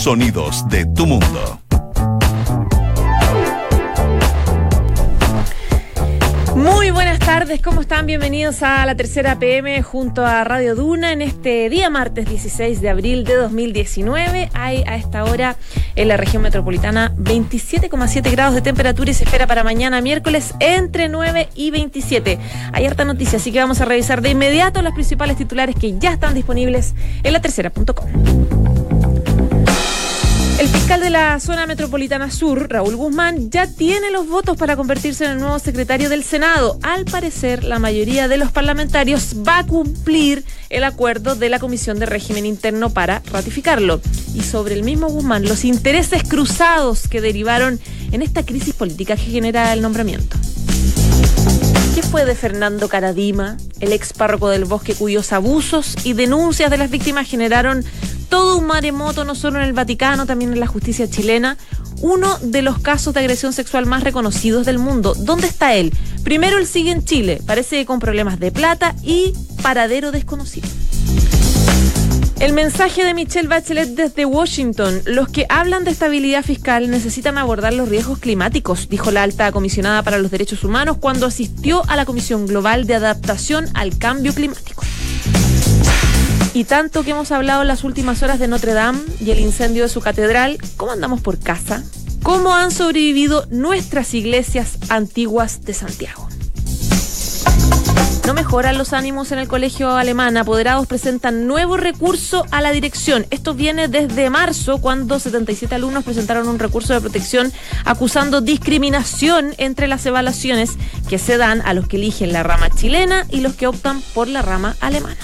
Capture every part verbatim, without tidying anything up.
Sonidos de tu mundo. Muy buenas tardes, ¿cómo están? Bienvenidos a la tercera P M junto a Radio Duna en este día martes dieciséis de abril de dos mil diecinueve. Hay a esta hora en la región metropolitana veintisiete coma siete grados de temperatura y se espera para mañana miércoles entre nueve y veintisiete. Hay harta noticia, así que vamos a revisar de inmediato los principales titulares que ya están disponibles en la tercera punto com. El fiscal de la zona metropolitana sur, Raúl Guzmán, ya tiene los votos para convertirse en el nuevo secretario del Senado. Al parecer, la mayoría de los parlamentarios va a cumplir el acuerdo de la Comisión de Régimen Interno para ratificarlo. Y sobre el mismo Guzmán, los intereses cruzados que derivaron en esta crisis política que genera el nombramiento. ¿Qué fue de Fernando Caradima, el ex párroco del Bosque, cuyos abusos y denuncias de las víctimas generaron todo un maremoto no solo en el Vaticano, también en la justicia chilena? Uno de los casos de agresión sexual más reconocidos del mundo. ¿Dónde está él? Primero, él sigue en Chile, parece que con problemas de plata y paradero desconocido. El mensaje de Michelle Bachelet desde Washington: los que hablan de estabilidad fiscal necesitan abordar los riesgos climáticos, dijo la alta comisionada para los derechos humanos cuando asistió a la Comisión Global de Adaptación al Cambio Climático. Y tanto que hemos hablado en las últimas horas de Notre Dame y el incendio de su catedral, ¿cómo andamos por casa? ¿Cómo han sobrevivido nuestras iglesias antiguas de Santiago? No mejoran los ánimos en el colegio alemán. Apoderados presentan nuevo recurso a la dirección. Esto viene desde marzo, cuando setenta y siete alumnos presentaron un recurso de protección acusando discriminación entre las evaluaciones que se dan a los que eligen la rama chilena y los que optan por la rama alemana.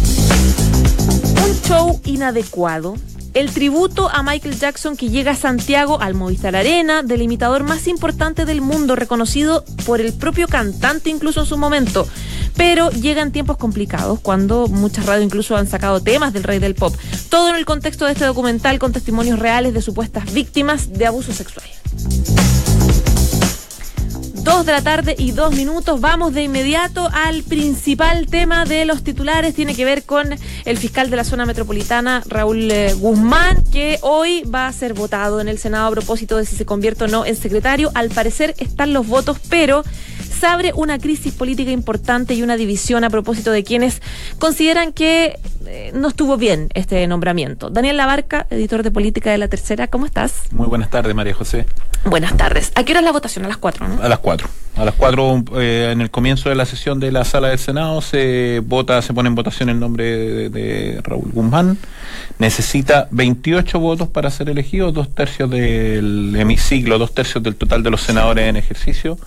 Un show inadecuado. El tributo a Michael Jackson que llega a Santiago al Movistar Arena, del imitador más importante del mundo, reconocido por el propio cantante incluso en su momento. Pero llega en tiempos complicados, cuando muchas radios incluso han sacado temas del rey del pop. Todo en el contexto de este documental con testimonios reales de supuestas víctimas de abuso sexual. Dos de la tarde y dos minutos. Vamos de inmediato al principal tema de los titulares. Tiene que ver con el fiscal de la zona metropolitana, Raúl eh, Guzmán, que hoy va a ser votado en el Senado a propósito de si se convierte o no en secretario. Al parecer están los votos, pero se abre una crisis política importante y una división a propósito de quienes consideran que eh, no estuvo bien este nombramiento. Daniel Labarca, editor de política de La Tercera, ¿cómo estás? Muy buenas tardes, María José. Buenas tardes. ¿A qué hora es la votación? A las cuatro, ¿no? A las cuatro. A las cuatro, eh, en el comienzo de la sesión de la sala del Senado, se vota, se pone en votación el nombre de, de Raúl Guzmán. Necesita veintiocho votos para ser elegido, dos tercios del hemiciclo, dos tercios del total de los senadores en ejercicio.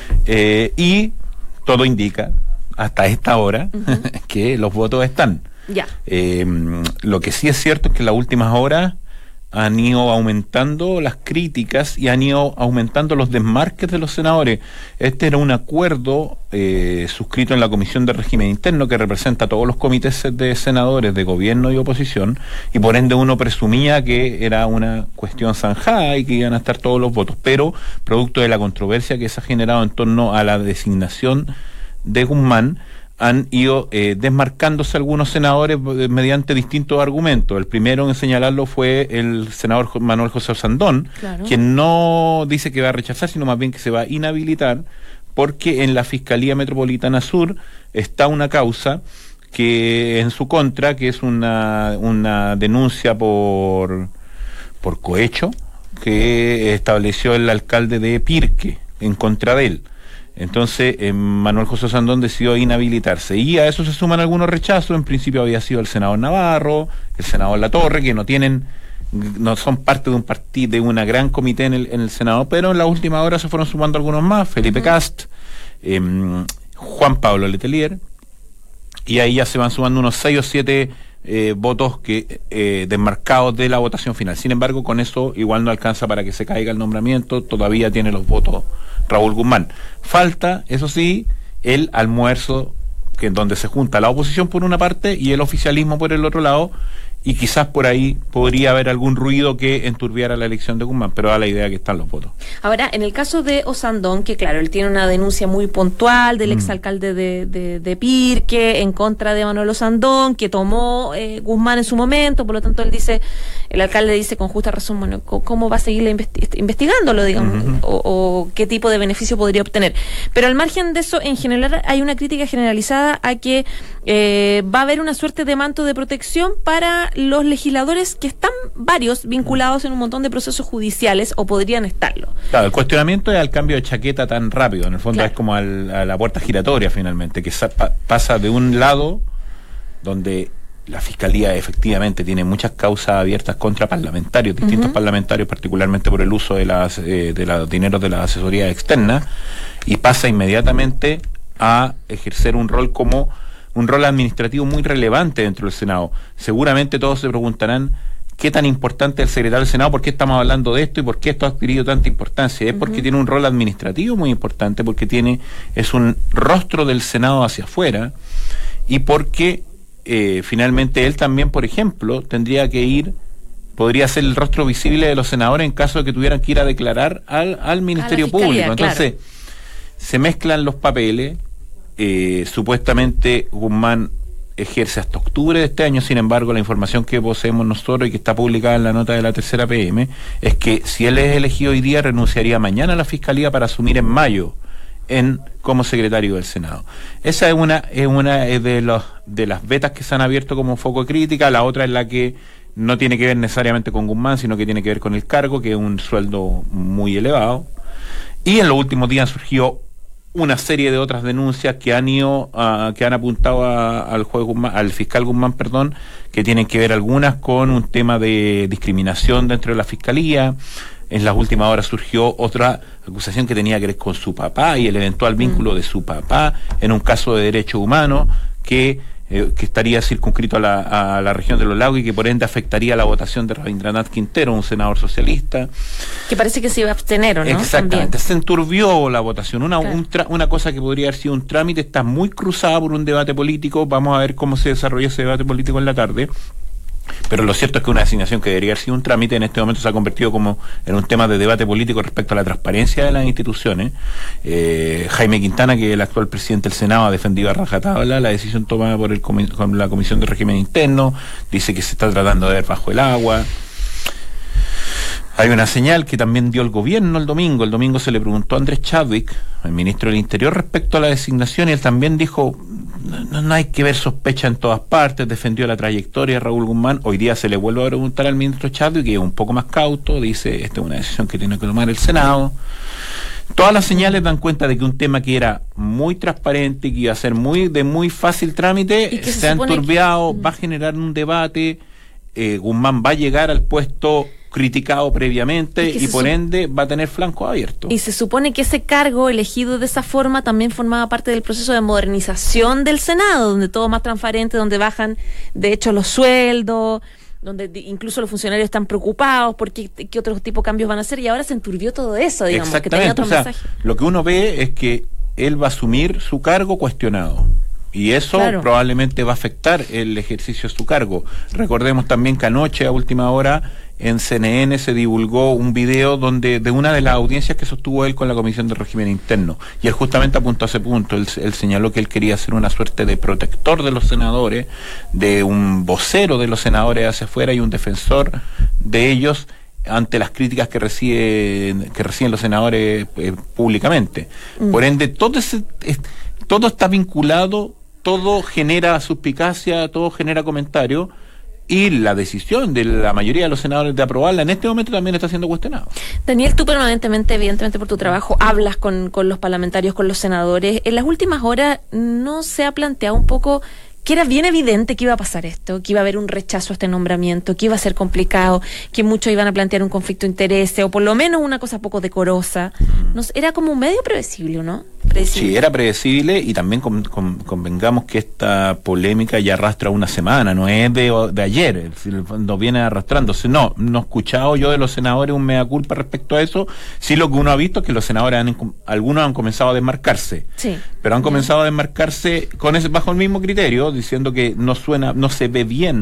Eh, y todo indica, hasta esta hora, uh-huh, que los votos están. Ya. Eh, lo que sí es cierto es que en las últimas horas han ido aumentando las críticas y han ido aumentando los desmarques de los senadores. Este era un acuerdo eh, suscrito en la Comisión de Régimen Interno, que representa a todos los comités de senadores de gobierno y oposición, y por ende uno presumía que era una cuestión zanjada y que iban a estar todos los votos, pero producto de la controversia que se ha generado en torno a la designación de Guzmán, han ido eh, desmarcándose algunos senadores mediante distintos argumentos. El primero en señalarlo fue el senador Manuel José Osandón, claro, quien no dice que va a rechazar, sino más bien que se va a inhabilitar, porque en la Fiscalía Metropolitana Sur está una causa que en su contra, que es una, una denuncia por, por cohecho que estableció el alcalde de Pirque en contra de él. Entonces, eh, Manuel José Osandón decidió inhabilitarse, y a eso se suman algunos rechazos. En principio había sido el senador Navarro, el senador Latorre, que no tienen, no son parte de un partido, de una gran comité en el, en el Senado, pero en la última hora se fueron sumando algunos más: Felipe uh-huh. Cast, eh, Juan Pablo Letelier, y ahí ya se van sumando unos seis o siete eh, votos que eh, desmarcados de la votación final. Sin embargo, con eso igual no alcanza para que se caiga el nombramiento. Todavía tiene los votos Raúl Guzmán. Falta, eso sí, el almuerzo, que es donde se junta la oposición por una parte y el oficialismo por el otro lado, y quizás por ahí podría haber algún ruido que enturbiara la elección de Guzmán, pero da la idea que están los votos. Ahora, en el caso de Osandón, que claro, él tiene una denuncia muy puntual del mm. exalcalde de, de, de Pirque en contra de Manuel Osandón, que tomó eh, Guzmán en su momento, por lo tanto él dice, el alcalde dice con justa razón, bueno, ¿cómo va a seguir investi- investigándolo, digamos, uh-huh. o, o qué tipo de beneficio podría obtener? Pero al margen de eso, en general hay una crítica generalizada a que eh, va a haber una suerte de manto de protección para los legisladores que están varios vinculados en un montón de procesos judiciales o podrían estarlo. Claro, el cuestionamiento es al cambio de chaqueta tan rápido, en el fondo claro. es como al, a la puerta giratoria finalmente, que sa- pa- pasa de un lado donde la Fiscalía efectivamente tiene muchas causas abiertas contra parlamentarios, distintos uh-huh. parlamentarios, particularmente por el uso de las eh, de los dineros de las asesorías externas, y pasa inmediatamente a ejercer un rol como un rol administrativo muy relevante dentro del Senado. Seguramente todos se preguntarán qué tan importante es el secretario del Senado, por qué estamos hablando de esto y por qué esto ha adquirido tanta importancia. Es uh-huh. porque tiene un rol administrativo muy importante, porque tiene es un rostro del Senado hacia afuera, y porque eh, finalmente él también, por ejemplo, tendría que ir, podría ser el rostro visible de los senadores en caso de que tuvieran que ir a declarar al, al Ministerio Público. Entonces, claro. se mezclan los papeles. Eh, supuestamente Guzmán ejerce hasta octubre de este año, sin embargo la información que poseemos nosotros y que está publicada en la nota de la tercera P M es que si él es elegido hoy día renunciaría mañana a la Fiscalía para asumir en mayo en como secretario del Senado. Esa es una es una es de los de las vetas que se han abierto como foco de crítica. La otra es la que no tiene que ver necesariamente con Guzmán, sino que tiene que ver con el cargo, que es un sueldo muy elevado. Y en los últimos días surgió una serie de otras denuncias que han ido uh, que han apuntado a, al juez Guzmán, al fiscal Guzmán, perdón, que tienen que ver algunas con un tema de discriminación dentro de la Fiscalía. En las últimas horas surgió otra acusación que tenía que ver con su papá y el eventual vínculo mm. de su papá en un caso de derechos humanos que eh, que estaría circunscrito a la, a la región de los lagos y que por ende afectaría la votación de Rabindranath Quintero, un senador socialista. Que parece que se iba a abstener, ¿o no? Exactamente, también se enturbió la votación. Una, claro. un tra- una cosa que podría haber sido un trámite está muy cruzada por un debate político. Vamos a ver cómo se desarrolla ese debate político en la tarde. Pero lo cierto es que una designación que debería haber sido un trámite en este momento se ha convertido como en un tema de debate político respecto a la transparencia de las instituciones. Eh, Jaime Quintana, que es el actual presidente del Senado, ha defendido a rajatabla la decisión tomada por el comi- con la Comisión de Régimen Interno, dice que se está tratando de ver bajo el agua. Hay una señal que también dio el gobierno el domingo. El domingo se le preguntó a Andrés Chadwick, el ministro del Interior, respecto a la designación, y él también dijo, no, no hay que ver sospecha en todas partes, defendió la trayectoria de Raúl Guzmán. Hoy día se le vuelve a preguntar al ministro Chadwick, que es un poco más cauto, dice, esta es una decisión que tiene que tomar el Senado. Todas las señales dan cuenta de que un tema que era muy transparente y que iba a ser muy de muy fácil trámite, se, se ha enturbiado, que... va a generar un debate. eh, Guzmán va a llegar al puesto criticado previamente y, y por ende va a tener flanco abierto. Y se supone que ese cargo elegido de esa forma también formaba parte del proceso de modernización del Senado, donde todo es más transparente, donde bajan de hecho los sueldos, donde incluso los funcionarios están preocupados por qué, qué otros tipos de cambios van a hacer, y ahora se enturbió todo eso, digamos, que tenía otro o sea, mensaje. Lo que uno ve es que él va a asumir su cargo cuestionado. Y eso claro. probablemente va a afectar el ejercicio de su cargo. Recordemos también que anoche, a última hora, en C N N se divulgó un video donde de una de las audiencias que sostuvo él con la Comisión de Régimen Interno. Y él justamente apuntó a ese punto. Él, él señaló que él quería ser una suerte de protector de los senadores, de un vocero de los senadores hacia afuera y un defensor de ellos ante las críticas que reciben, que reciben los senadores eh, públicamente. Mm. Por ende, todo, ese, es, todo está vinculado. Todo genera suspicacia, todo genera comentario, y la decisión de la mayoría de los senadores de aprobarla en este momento también está siendo cuestionada. Daniel, tú permanentemente, evidentemente por tu trabajo, hablas con, con los parlamentarios, con los senadores. En las últimas horas no se ha planteado un poco que era bien evidente que iba a pasar esto, que iba a haber un rechazo a este nombramiento, que iba a ser complicado, que muchos iban a plantear un conflicto de intereses, o por lo menos una cosa poco decorosa. No sé, era como medio previsible, ¿no? Predecible. Sí, era predecible, y también con, con, convengamos que esta polémica ya arrastra una semana, no es de, de ayer, no viene arrastrándose. No, no he escuchado yo de los senadores un mea culpa respecto a eso. Sí, lo que uno ha visto es que los senadores, han, algunos han comenzado a desmarcarse, sí. pero han comenzado a desmarcarse con ese, bajo el mismo criterio, diciendo que no suena, no se ve bien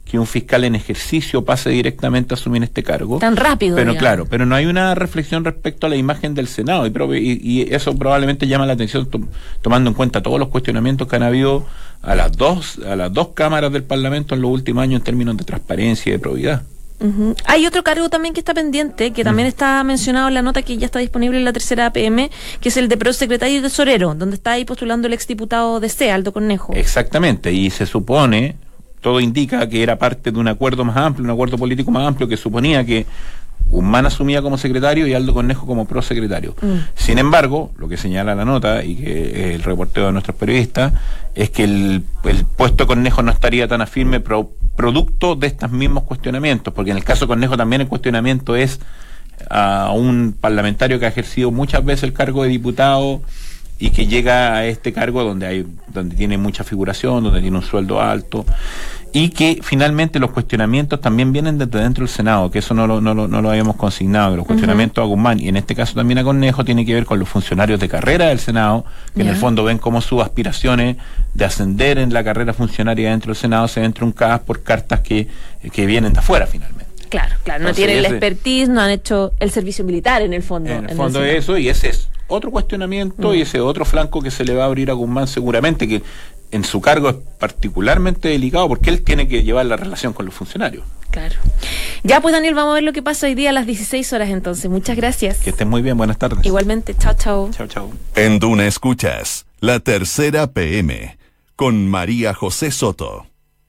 que un fiscal en ejercicio pase directamente a asumir este cargo. Tan rápido. Pero digamos. claro, pero no hay una reflexión respecto a la imagen del Senado, y, y, y eso probablemente llama la atención to, tomando en cuenta todos los cuestionamientos que han habido a las dos, a las dos cámaras del Parlamento en los últimos años en términos de transparencia y de probidad. Uh-huh. Hay otro cargo también que está pendiente, que también uh-huh. está mencionado en la nota que ya está disponible en la tercera A P M, que es el de prosecretario y tesorero, donde está ahí postulando el exdiputado de C E A, Aldo Cornejo. Exactamente, y se supone, todo indica que era parte de un acuerdo más amplio, un acuerdo político más amplio que suponía que Guzmán asumía como secretario y Aldo Cornejo como prosecretario. Mm. Sin embargo, lo que señala la nota y que el reporteo de nuestros periodistas es que el, el puesto de Cornejo no estaría tan a firme pro, producto de estos mismos cuestionamientos, porque en el caso de Cornejo también el cuestionamiento es a un parlamentario que ha ejercido muchas veces el cargo de diputado y que llega a este cargo donde hay donde tiene mucha figuración, donde tiene un sueldo alto, y que finalmente los cuestionamientos también vienen desde dentro del Senado, que eso no lo, no lo, no lo habíamos consignado, que los cuestionamientos uh-huh. a Guzmán, y en este caso también a Cornejo, tiene que ver con los funcionarios de carrera del Senado, que yeah. en el fondo ven cómo sus aspiraciones de ascender en la carrera funcionaria dentro del Senado se ven truncadas por cartas que, que vienen de afuera finalmente. Claro, claro, no tienen la expertise, no han hecho el servicio militar en el fondo. En el en fondo de eso, y ese es otro cuestionamiento mm. y ese otro flanco que se le va a abrir a Guzmán seguramente, que en su cargo es particularmente delicado porque él tiene que llevar la relación con los funcionarios. Claro. Ya pues, Daniel, vamos a ver lo que pasa hoy día a las dieciséis horas entonces. Muchas gracias. Que estén muy bien, buenas tardes. Igualmente, chao, chao. Chao, chao. En Duna escuchas La Tercera P M con María José Soto.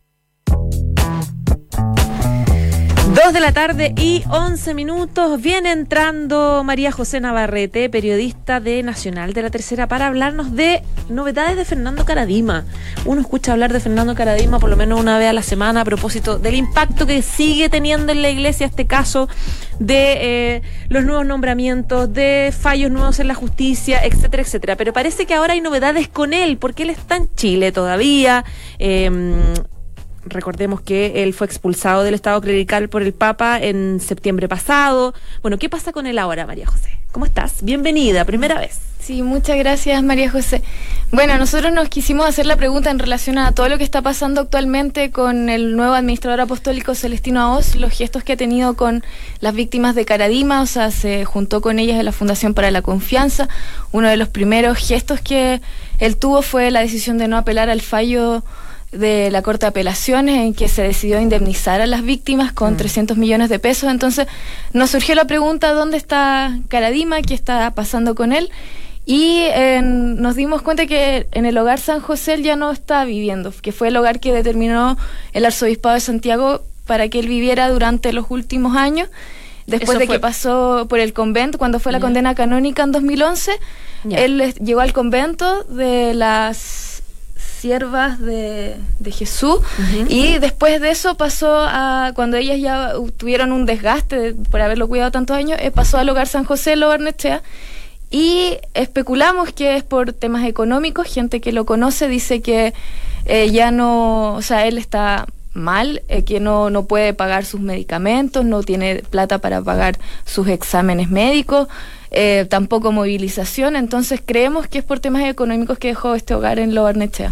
Dos de la tarde y once minutos. Viene entrando María José Navarrete, periodista de Nacional de La Tercera, para hablarnos de novedades de Fernando Karadima. Uno escucha hablar de Fernando Karadima por lo menos una vez a la semana a propósito del impacto que sigue teniendo en la iglesia este caso de eh, los nuevos nombramientos, de fallos nuevos en la justicia, etcétera, etcétera. Pero parece que ahora hay novedades con él, porque él está en Chile todavía. Eh, Recordemos que él fue expulsado del Estado clerical por el Papa en septiembre pasado. Bueno, ¿qué pasa con él ahora, María José? ¿Cómo estás? Bienvenida, primera vez. Sí, muchas gracias, María José. Bueno, nosotros nos quisimos hacer la pregunta en relación a todo lo que está pasando actualmente con el nuevo administrador apostólico Celestino Aoz, los gestos que ha tenido con las víctimas de Karadima, o sea, se juntó con ellas en la Fundación para la Confianza. Uno de los primeros gestos que él tuvo fue la decisión de no apelar al fallo de la Corte de Apelaciones en que se decidió indemnizar a las víctimas con mm. trescientos millones de pesos. Entonces nos surgió la pregunta: ¿dónde está Karadima? ¿Qué está pasando con él? Y eh, nos dimos cuenta que en el hogar San José él ya no está viviendo, que fue el hogar que determinó el Arzobispado de Santiago para que él viviera durante los últimos años, después Eso de fue... que pasó por el convento, cuando fue la yeah. condena canónica en dos mil once. Yeah. Él llegó al convento de las siervas de, de Jesús, uh-huh. y después de eso pasó a, cuando ellas ya tuvieron un desgaste de, por haberlo cuidado tantos años, eh, pasó al hogar San José, Lo Barnechea, y especulamos que es por temas económicos. Gente que lo conoce dice que eh, ya no, o sea, él está mal, eh, que no, no puede pagar sus medicamentos, no tiene plata para pagar sus exámenes médicos, eh, tampoco movilización. Entonces creemos que es por temas económicos que dejó este hogar en Lo Barnechea.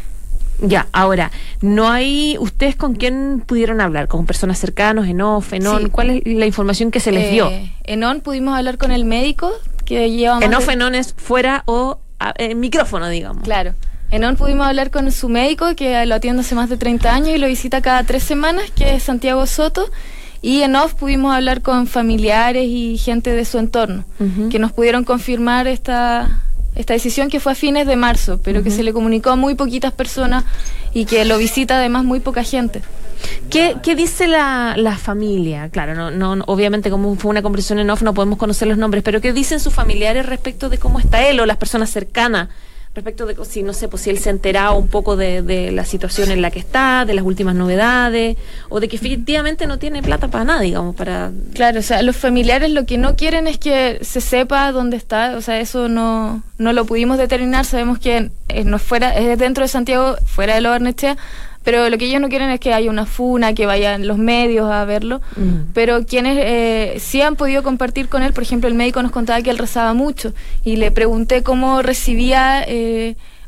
Ya, ahora, ¿no hay ustedes con quién pudieron hablar? ¿Con personas cercanas, en off, en on? Sí. ¿Cuál es la información que se les eh, dio? En on pudimos hablar con el médico que lleva más En off, de... en on es fuera o en micrófono, digamos. Claro. En on pudimos hablar con su médico, que lo atiende hace más de treinta años y lo visita cada tres semanas, que es Santiago Soto. Y en off pudimos hablar con familiares y gente de su entorno, uh-huh. que nos pudieron confirmar esta... esta decisión, que fue a fines de marzo, pero uh-huh. que se le comunicó a muy poquitas personas y que lo visita además muy poca gente. ¿Qué, qué dice la, la familia? Claro, no, no, obviamente como fue una conversación en off no podemos conocer los nombres, pero ¿qué dicen sus familiares respecto de cómo está él o las personas cercanas? Respecto de si, no sé, pues si él se ha enterado un poco de, de la situación en la que está, de las últimas novedades, o de que efectivamente no tiene plata para nada, digamos, para... Claro, o sea, los familiares lo que no quieren es que se sepa dónde está, o sea, eso no, no lo pudimos determinar. Sabemos que es, no fuera, es dentro de Santiago, fuera de Lo Barnechea, pero lo que ellos no quieren es que haya una funa, que vayan los medios a verlo. Mm. Pero quienes eh, sí han podido compartir con él, por ejemplo, el médico nos contaba que él rezaba mucho, y le pregunté cómo recibía, eh,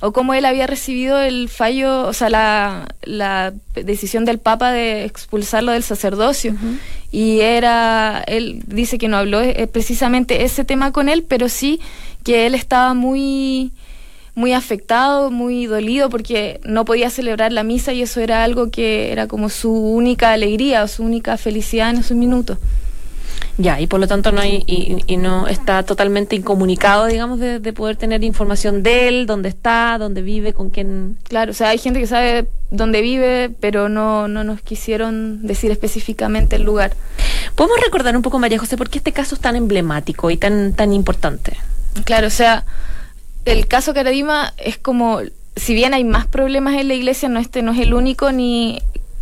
o cómo él había recibido el fallo, o sea, la, la decisión del Papa de expulsarlo del sacerdocio. Uh-huh. Y era, él dice que no habló eh, precisamente ese tema con él, pero sí que él estaba muy, muy afectado, muy dolido, porque no podía celebrar la misa y eso era algo que era como su única alegría o su única felicidad en esos minutos. Ya, y por lo tanto no hay y, y no está totalmente incomunicado, digamos, de, de poder tener información de él, dónde está, dónde vive, con quién. Claro, o sea, hay gente que sabe dónde vive, pero no, no nos quisieron decir específicamente el lugar. ¿Podemos recordar un poco, María José, por qué este caso es tan emblemático y tan, tan importante? Claro, o sea, el caso Caradima es como, si bien hay más problemas en la iglesia, no este no es el único, ni...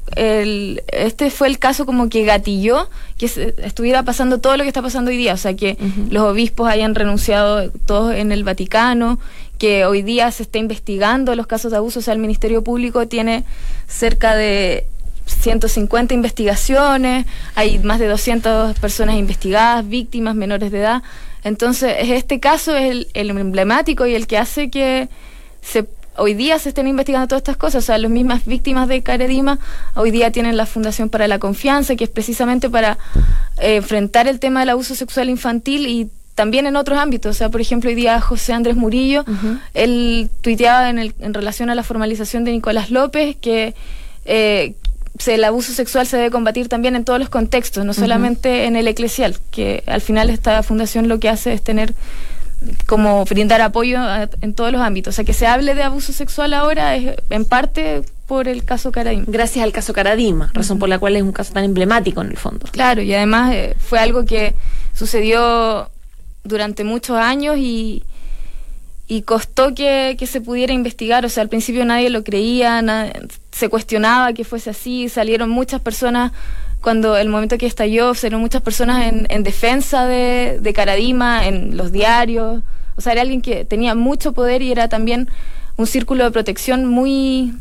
El, este fue el caso como que gatilló que se, estuviera pasando todo lo que está pasando hoy día, o sea que uh-huh. los obispos hayan renunciado todos en el Vaticano, que hoy día se está investigando los casos de abuso, o sea el Ministerio Público tiene cerca de ciento cincuenta investigaciones, hay más de doscientas personas investigadas, víctimas menores de edad, entonces este caso es el, el emblemático y el que hace que se hoy día se estén investigando todas estas cosas, o sea, las mismas víctimas de Caradima hoy día tienen la Fundación para la Confianza, que es precisamente para eh, enfrentar el tema del abuso sexual infantil y también en otros ámbitos, o sea, por ejemplo, hoy día José Andrés Murillo, uh-huh. él tuiteaba en, el, en relación a la formalización de Nicolás López que eh, se, el abuso sexual se debe combatir también en todos los contextos, no uh-huh. solamente en el eclesial, que al final esta fundación lo que hace es tener como brindar apoyo a, en todos los ámbitos, o sea que se hable de abuso sexual ahora es en parte por el caso Caradima. Gracias al caso Caradima, razón uh-huh. por la cual es un caso tan emblemático en el fondo. Claro, y además eh, fue algo que sucedió durante muchos años y, y costó que, que se pudiera investigar, o sea al principio nadie lo creía, nadie, se cuestionaba que fuese así, salieron muchas personas. Cuando el momento que estalló, salieron muchas personas en, en defensa de, de Caradima, en los diarios. O sea, era alguien que tenía mucho poder y era también un círculo de protección muy,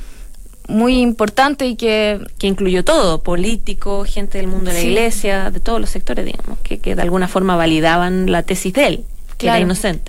muy importante y que... Que incluyó todo, político, gente del mundo de la sí. iglesia, de todos los sectores, digamos, que, que de alguna forma validaban la tesis de él, que claro. era inocente.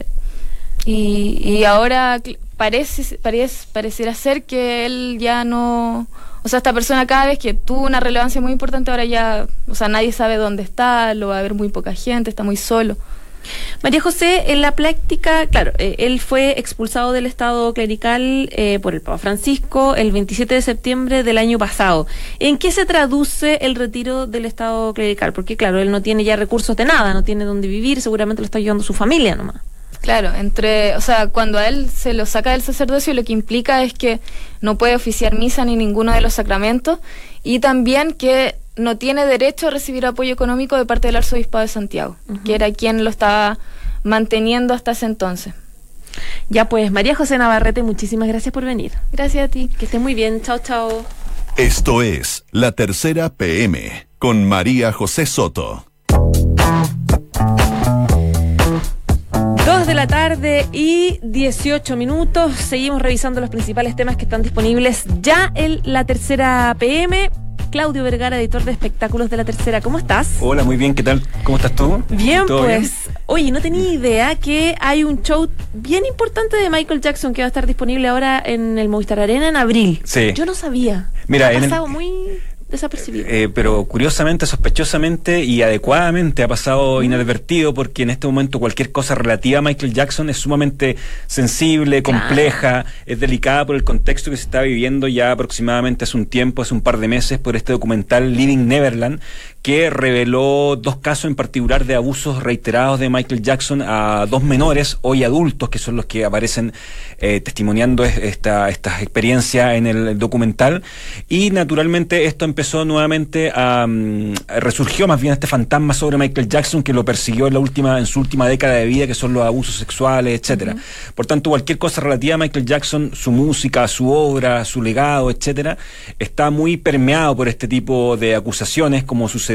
Y, y ahora parece, parece, pareciera ser que él ya no... O sea, esta persona cada vez que tuvo una relevancia muy importante, ahora ya, o sea, nadie sabe dónde está, lo va a ver muy poca gente, está muy solo. María José, en la práctica, claro, eh, él fue expulsado del estado clerical eh, por el Papa Francisco el veintisiete de septiembre del año pasado. ¿En qué se traduce el retiro del estado clerical? Porque, claro, él no tiene ya recursos de nada, no tiene dónde vivir, seguramente lo está ayudando su familia nomás. Claro, entre, o sea, cuando a él se lo saca del sacerdocio, lo que implica es que no puede oficiar misa ni ninguno de los sacramentos y también que no tiene derecho a recibir apoyo económico de parte del Arzobispado de Santiago, uh-huh. que era quien lo estaba manteniendo hasta ese entonces. Ya pues, María José Navarrete, muchísimas gracias por venir. Gracias a ti. Que estés muy bien. Chao, chao. Esto es La Tercera P M con María José Soto. dos de la tarde y dieciocho minutos. Seguimos revisando los principales temas que están disponibles ya en La Tercera P M. Claudio Vergara, editor de espectáculos de La Tercera. ¿Cómo estás? Hola, muy bien. ¿Qué tal? ¿Cómo estás tú? Bien, pues. Bien? Oye, no tenía idea que hay un show bien importante de Michael Jackson que va a estar disponible ahora en el Movistar Arena en abril. Sí. Yo no sabía. Mira, ha en pasado el... muy... desapercibido. Eh, pero curiosamente, sospechosamente y adecuadamente ha pasado inadvertido, porque en este momento cualquier cosa relativa a Michael Jackson es sumamente sensible, compleja, claro. es delicada por el contexto que se está viviendo ya aproximadamente hace un tiempo, hace un par de meses, por este documental Living Neverland, que reveló dos casos en particular de abusos reiterados de Michael Jackson a dos menores, hoy adultos, que son los que aparecen eh, testimoniando esta, esta experiencia en el documental. Y naturalmente esto empezó nuevamente a, um, resurgió más bien este fantasma sobre Michael Jackson que lo persiguió en la última, en su última década de vida, que son los abusos sexuales, etcétera. Uh-huh. Por tanto, cualquier cosa relativa a Michael Jackson, su música, su obra, su legado, etcétera, está muy permeado por este tipo de acusaciones, como sucedió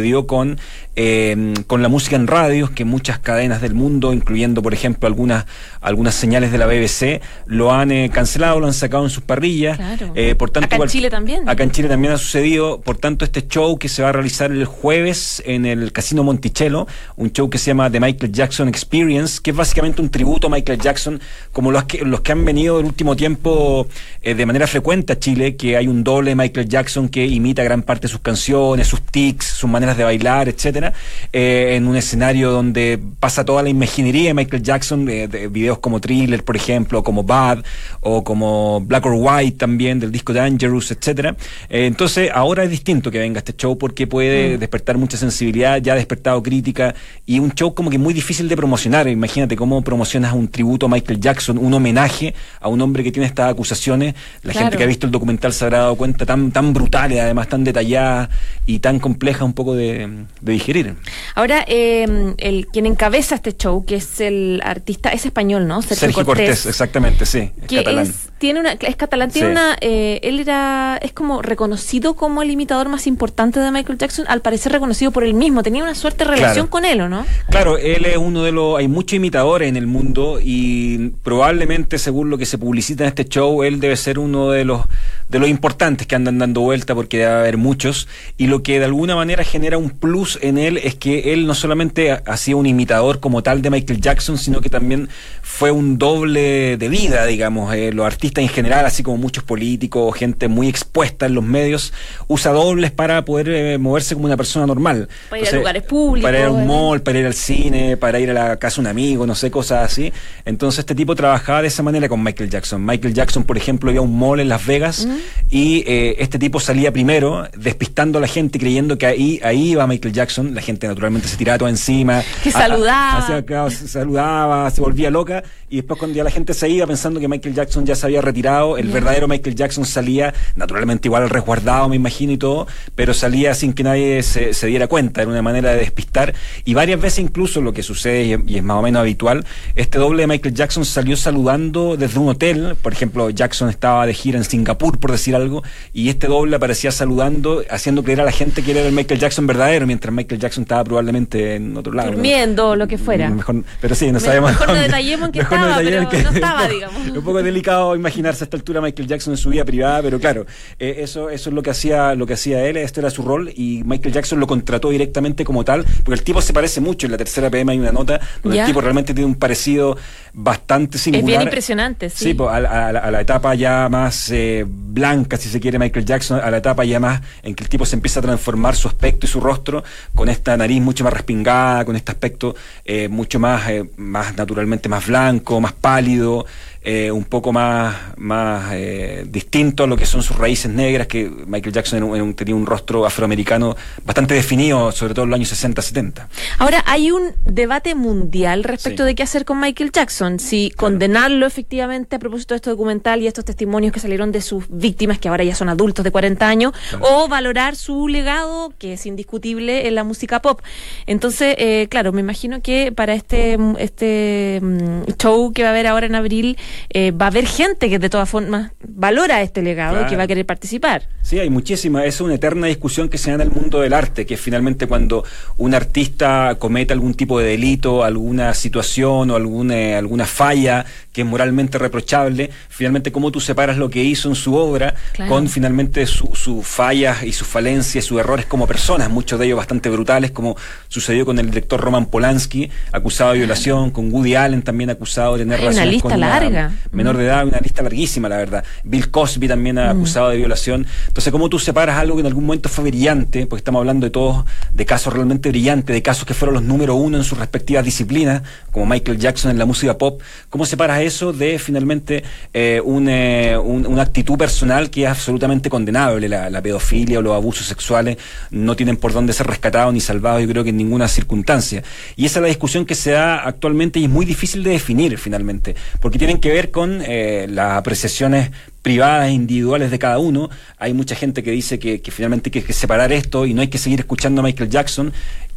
sucedió con, eh, con la música en radios, que muchas cadenas del mundo, incluyendo por ejemplo algunas, algunas señales de la B B C, lo han eh, cancelado, lo han sacado en sus parrillas. Claro. Eh, por tanto, acá en cual, Chile también. Acá en Chile también ha sucedido. Por tanto, este show que se va a realizar el jueves en el Casino Monticello, un show que se llama The Michael Jackson Experience, que es básicamente un tributo a Michael Jackson, como los que, los que han venido el último tiempo eh, de manera frecuente a Chile, que hay un doble de Michael Jackson que imita gran parte de sus canciones, sus tics, sus maneras de bailar, etcétera, eh, en un escenario donde pasa toda la imaginería de Michael Jackson, eh, de videos como Thriller, por ejemplo, como Bad, o como Black or White también, del disco Dangerous, etcétera. Eh, entonces, ahora es distinto que venga este show porque puede mm. despertar mucha sensibilidad, ya ha despertado crítica, y un show como que muy difícil de promocionar. Imagínate cómo promocionas un tributo a Michael Jackson, un homenaje a un hombre que tiene estas acusaciones. La claro. gente que ha visto el documental se habrá dado cuenta, tan, tan brutales, además tan detalladas y tan complejas un poco de, de digerir. Ahora, eh, el quien encabeza este show, que es el artista, es español, ¿no? Sergio, Sergio Cortés, Cortés, exactamente, sí, es que catalán. Es, tiene una, es catalán, tiene sí. una, eh, él era, es como reconocido como el imitador más importante de Michael Jackson, al parecer reconocido por él mismo, tenía una suerte de relación claro. con él, ¿o no? Claro, él es uno de los, hay muchos imitadores en el mundo y probablemente, según lo que se publicita en este show, él debe ser uno de los de los importantes que andan dando vuelta, porque debe haber muchos, y lo que de alguna manera genera un plus en él es que él no solamente ha sido un imitador como tal de Michael Jackson, sino que también fue un doble de vida, digamos. Eh, los artistas en general, así como muchos políticos, gente muy expuesta en los medios, usa dobles para poder eh, moverse como una persona normal. Para ir Entonces, a lugares públicos. Para ir a un mall, para ir al cine, para ir a la casa de un amigo, no sé, cosas así. Entonces este tipo trabajaba de esa manera con Michael Jackson. Michael Jackson, por ejemplo, había un mall en Las Vegas, ¿Mm? y eh, este tipo salía primero, despistando a la gente, creyendo que ahí, ahí iba Michael Jackson. La gente naturalmente se tiraba toda encima. Que a, saludaba. A, hacia, se saludaba, se volvía loca, y después cuando ya la gente se iba pensando que Michael Jackson ya se había retirado, el yeah. verdadero Michael Jackson salía, naturalmente igual al resguardado, me imagino, y todo, pero salía sin que nadie se, se diera cuenta. Era una manera de despistar, y varias veces incluso lo que sucede, y, y es más o menos habitual, este doble de Michael Jackson salió saludando desde un hotel. Por ejemplo, Jackson estaba de gira en Singapur, por decir algo, y este doble aparecía saludando, haciendo creer a la gente que era el Michael Jackson verdadero, mientras Michael Jackson estaba probablemente en otro lado. Durmiendo, ¿no? Lo que fuera. Mejor, pero sí, no sabemos. Mejor no detallemos en qué estaba, no pero que, no estaba, un digamos. Un poco delicado imaginarse a esta altura Michael Jackson en su vida privada, pero claro, eh, eso, eso es lo que hacía, lo que hacía él, esto era su rol, y Michael Jackson lo contrató directamente como tal, porque el tipo se parece mucho. En la tercera P M hay una nota donde ¿Ya? el tipo realmente tiene un parecido bastante singular. Es bien impresionante, sí. Sí, pues, a, a, a la etapa ya más eh, blanca, si se quiere, Michael Jackson, a la etapa ya más en que el tipo se empieza a transformar su aspecto y su rostro, con esta nariz mucho más respingada, con este aspecto eh, mucho más, eh, más naturalmente más blanco, más pálido, eh, un poco más, más eh, distinto a lo que son sus raíces negras, que Michael Jackson era un, era un, tenía un rostro afroamericano bastante definido, sobre todo en los años sesenta, setenta. Ahora, hay un debate mundial respecto sí. de qué hacer con Michael Jackson, si claro. condenarlo efectivamente a propósito de este documental y estos testimonios que salieron de sus víctimas, que ahora ya son adultos de cuarenta años, claro. o valorar su legado, que es indiscutible en la música pop. Entonces, eh, claro, me imagino que para este, este um, show que va a haber ahora en abril, Eh, va a haber gente que de todas formas valora este legado, claro. que va a querer participar. Sí, hay muchísima, es una eterna discusión que se da en el mundo del arte, que es finalmente cuando un artista comete algún tipo de delito, alguna situación o alguna, alguna falla que es moralmente reprochable, finalmente cómo tú separas lo que hizo en su obra claro. con finalmente sus su fallas y sus falencias, sus errores como personas, muchos de ellos bastante brutales, como sucedió con el director Roman Polanski, acusado de violación, con Woody Allen también acusado de tener Hay relaciones una lista con larga. Una menor de edad, una lista larguísima, la verdad. Bill Cosby también mm. acusado de violación. Entonces, ¿cómo tú separas algo que en algún momento fue brillante? Porque estamos hablando de todos, de casos realmente brillantes, de casos que fueron los número uno en sus respectivas disciplinas, como Michael Jackson en la música pop. ¿Cómo separas eso de finalmente eh, un, eh, un, una actitud personal que es absolutamente condenable? La, la pedofilia o los abusos sexuales no tienen por dónde ser rescatados ni salvados, yo creo que en ninguna circunstancia. Y esa es la discusión que se da actualmente, y es muy difícil de definir finalmente, porque tienen que ver con eh, las apreciaciones privadas e individuales de cada uno. Hay mucha gente que dice que, que finalmente hay que, que separar esto y no hay que seguir escuchando a Michael Jackson,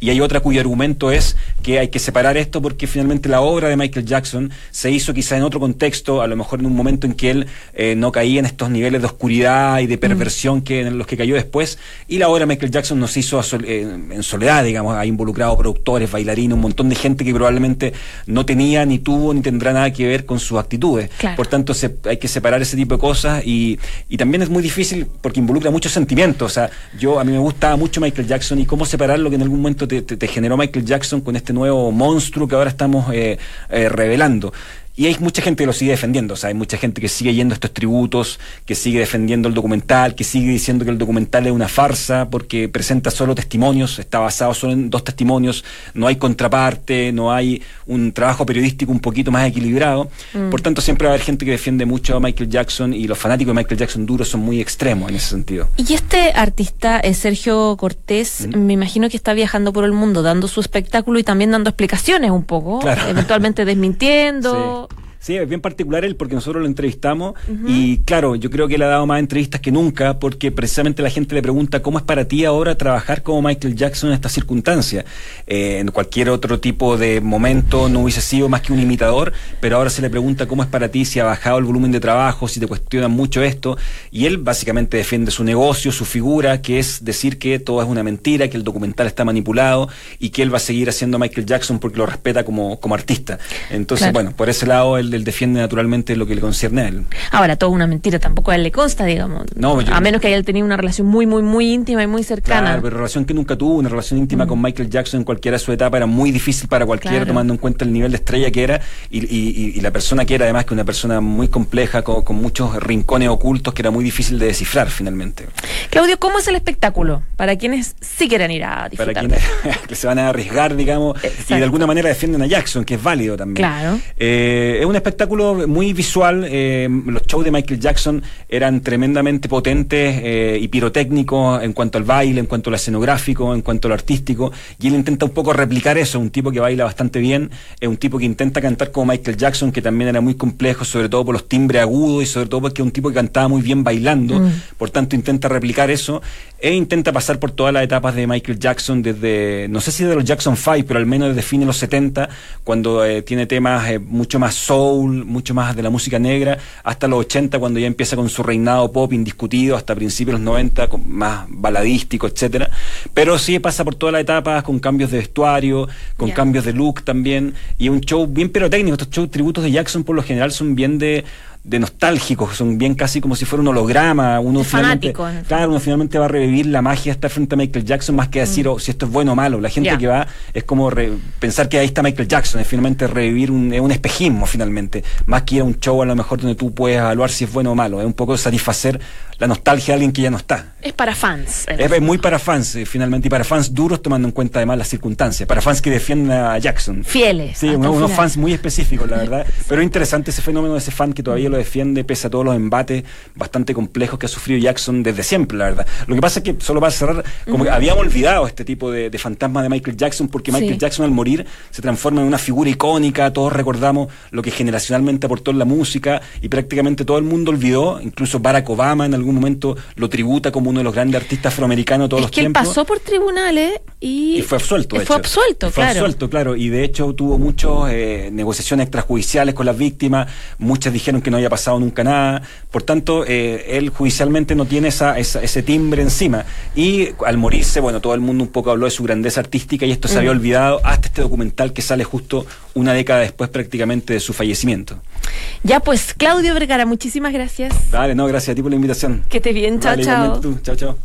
y hay otra cuyo argumento es que hay que separar esto porque finalmente la obra de Michael Jackson se hizo quizá en otro contexto, a lo mejor en un momento en que él eh, no caía en estos niveles de oscuridad y de perversión mm. que en los que cayó después, y la obra de Michael Jackson no se hizo sol, eh, en soledad, digamos, ha involucrado productores, bailarines, un montón de gente que probablemente no tenía, ni tuvo, ni tendrá nada que ver con sus actitudes. Claro. Por tanto, se, hay que separar ese tipo de cosas y, y también es muy difícil porque involucra muchos sentimientos. O sea, yo a mí me gustaba mucho Michael Jackson y cómo separar lo que en algún momento te, te, te generó Michael Jackson con este nuevo monstruo que ahora estamos eh, eh, revelando. Y hay mucha gente que lo sigue defendiendo, o sea, hay mucha gente que sigue yendo a estos tributos, que sigue defendiendo el documental, que sigue diciendo que el documental es una farsa porque presenta solo testimonios, está basado solo en dos testimonios, no hay contraparte, no hay un trabajo periodístico un poquito más equilibrado. Mm. Por tanto, siempre va a haber gente que defiende mucho a Michael Jackson y los fanáticos de Michael Jackson duros son muy extremos en ese sentido. Y este artista, eh, Sergio Cortés, mm. me imagino que está viajando por el mundo dando su espectáculo y también dando explicaciones un poco, claro. eventualmente desmintiendo. Sí. Sí, es bien particular él porque nosotros lo entrevistamos uh-huh. y claro, yo creo que él ha dado más entrevistas que nunca porque precisamente la gente le pregunta cómo es para ti ahora trabajar como Michael Jackson en estas circunstancias. Eh, en cualquier otro tipo de momento no hubiese sido más que un imitador, pero ahora se le pregunta cómo es para ti, si ha bajado el volumen de trabajo, si te cuestionan mucho esto, y él básicamente defiende su negocio, su figura, que es decir que todo es una mentira, que el documental está manipulado y que él va a seguir haciendo Michael Jackson porque lo respeta como, como artista. Entonces, claro. bueno, por ese lado él él defiende naturalmente lo que le concierne a él. Ahora, todo es una mentira, tampoco a él le consta, digamos. No, yo, a menos que haya tenido una relación muy, muy, muy íntima y muy cercana. Claro, pero relación que nunca tuvo, una relación íntima mm. con Michael Jackson en cualquiera de su etapa era muy difícil para cualquiera, claro. tomando en cuenta el nivel de estrella que era y, y, y la persona que era, además, que una persona muy compleja, con, con muchos rincones ocultos que era muy difícil de descifrar finalmente. Claudio, ¿cómo es el espectáculo? Para quienes sí quieren ir a disfrutar. Para quienes que se van a arriesgar, digamos, exacto. y de alguna manera defienden a Jackson, que es válido también. Claro. Eh, es un espectáculo muy visual, eh, los shows de Michael Jackson eran tremendamente potentes eh, y pirotécnicos en cuanto al baile, en cuanto a lo escenográfico, en cuanto a lo artístico, y él intenta un poco replicar eso, un tipo que baila bastante bien, es un tipo que intenta cantar como Michael Jackson, que también era muy complejo, sobre todo por los timbres agudos y sobre todo porque es un tipo que cantaba muy bien bailando, mm. por tanto intenta replicar eso, e intenta pasar por todas las etapas de Michael Jackson, desde, no sé si de los Jackson Five, pero al menos desde fines de los setenta, cuando eh, tiene temas eh, mucho más soul, mucho más de la música negra, hasta los ochenta, cuando ya empieza con su reinado pop indiscutido, hasta principios de los noventa, con más baladístico, etcétera. Pero sí pasa por todas las etapas, con cambios de vestuario, con yeah. cambios de look también, y un show bien pirotécnico. Estos shows tributos de Jackson por lo general son bien de de nostálgicos, son bien casi como si fuera un holograma, uno finalmente, fanático, claro, uno finalmente va a revivir la magia de estar frente a Michael Jackson más que decir mm. oh, si esto es bueno o malo. La gente yeah. que va es como re, pensar que ahí está Michael Jackson, es finalmente revivir un, es un espejismo finalmente, más que ir a un show a lo mejor donde tú puedes evaluar si es bueno o malo, es un poco satisfacer la nostalgia de alguien que ya no está. Es para fans. Es, es muy para fans, eh, finalmente, y para fans duros tomando en cuenta además las circunstancias, para fans que defienden a Jackson. Fieles. Sí, unos, unos fans muy específicos, la verdad. Pero es interesante ese fenómeno de ese fan que todavía lo defiende pese a todos los embates bastante complejos que ha sufrido Jackson desde siempre, la verdad. Lo que pasa es que, solo para cerrar, como uh-huh. que habíamos olvidado este tipo de, de fantasma de Michael Jackson, porque Michael sí. Jackson al morir se transforma en una figura icónica, todos recordamos lo que generacionalmente aportó en la música y prácticamente todo el mundo olvidó, incluso Barack Obama en algún momento lo tributa como uno de los grandes artistas afroamericanos de todos es los que tiempos. Él pasó por tribunales y, y fue absuelto, de fue hecho. absuelto, fue claro. absuelto, claro, y de hecho tuvo muchas eh, negociaciones extrajudiciales con las víctimas, muchas dijeron que no había pasado nunca nada, por tanto, eh, él judicialmente no tiene esa, esa, ese timbre encima, y al morirse, bueno, todo el mundo un poco habló de su grandeza artística y esto mm. se había olvidado hasta este documental que sale justo una década después prácticamente de su fallecimiento. Ya pues, Claudio Vergara, muchísimas gracias. Dale, no, gracias a ti por la invitación. Que estés bien, chao, Dale, chao. Tú. Chao, chao.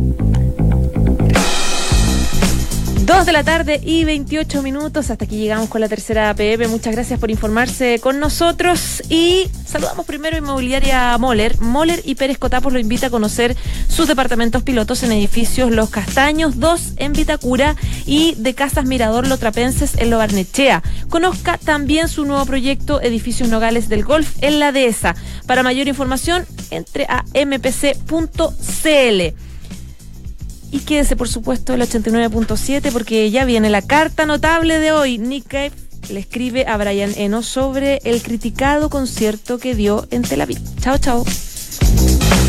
Dos de la tarde y veintiocho minutos, hasta aquí llegamos con la tercera P M. Muchas gracias por informarse con nosotros y saludamos primero a Inmobiliaria Moller. Moller y Pérez Cotapos lo invita a conocer sus departamentos pilotos en edificios Los Castaños, dos en Vitacura y de Casas Mirador Lotrapenses en Lo Barnechea. Conozca también su nuevo proyecto Edificios Nogales del Golf en la Dehesa. Para mayor información, entre a m p c punto c l. Y quédese, por supuesto, el ochenta y nueve punto siete porque ya viene la carta notable de hoy. Nick Cave le escribe a Brian Eno sobre el criticado concierto que dio en Tel Aviv. Chao, chao.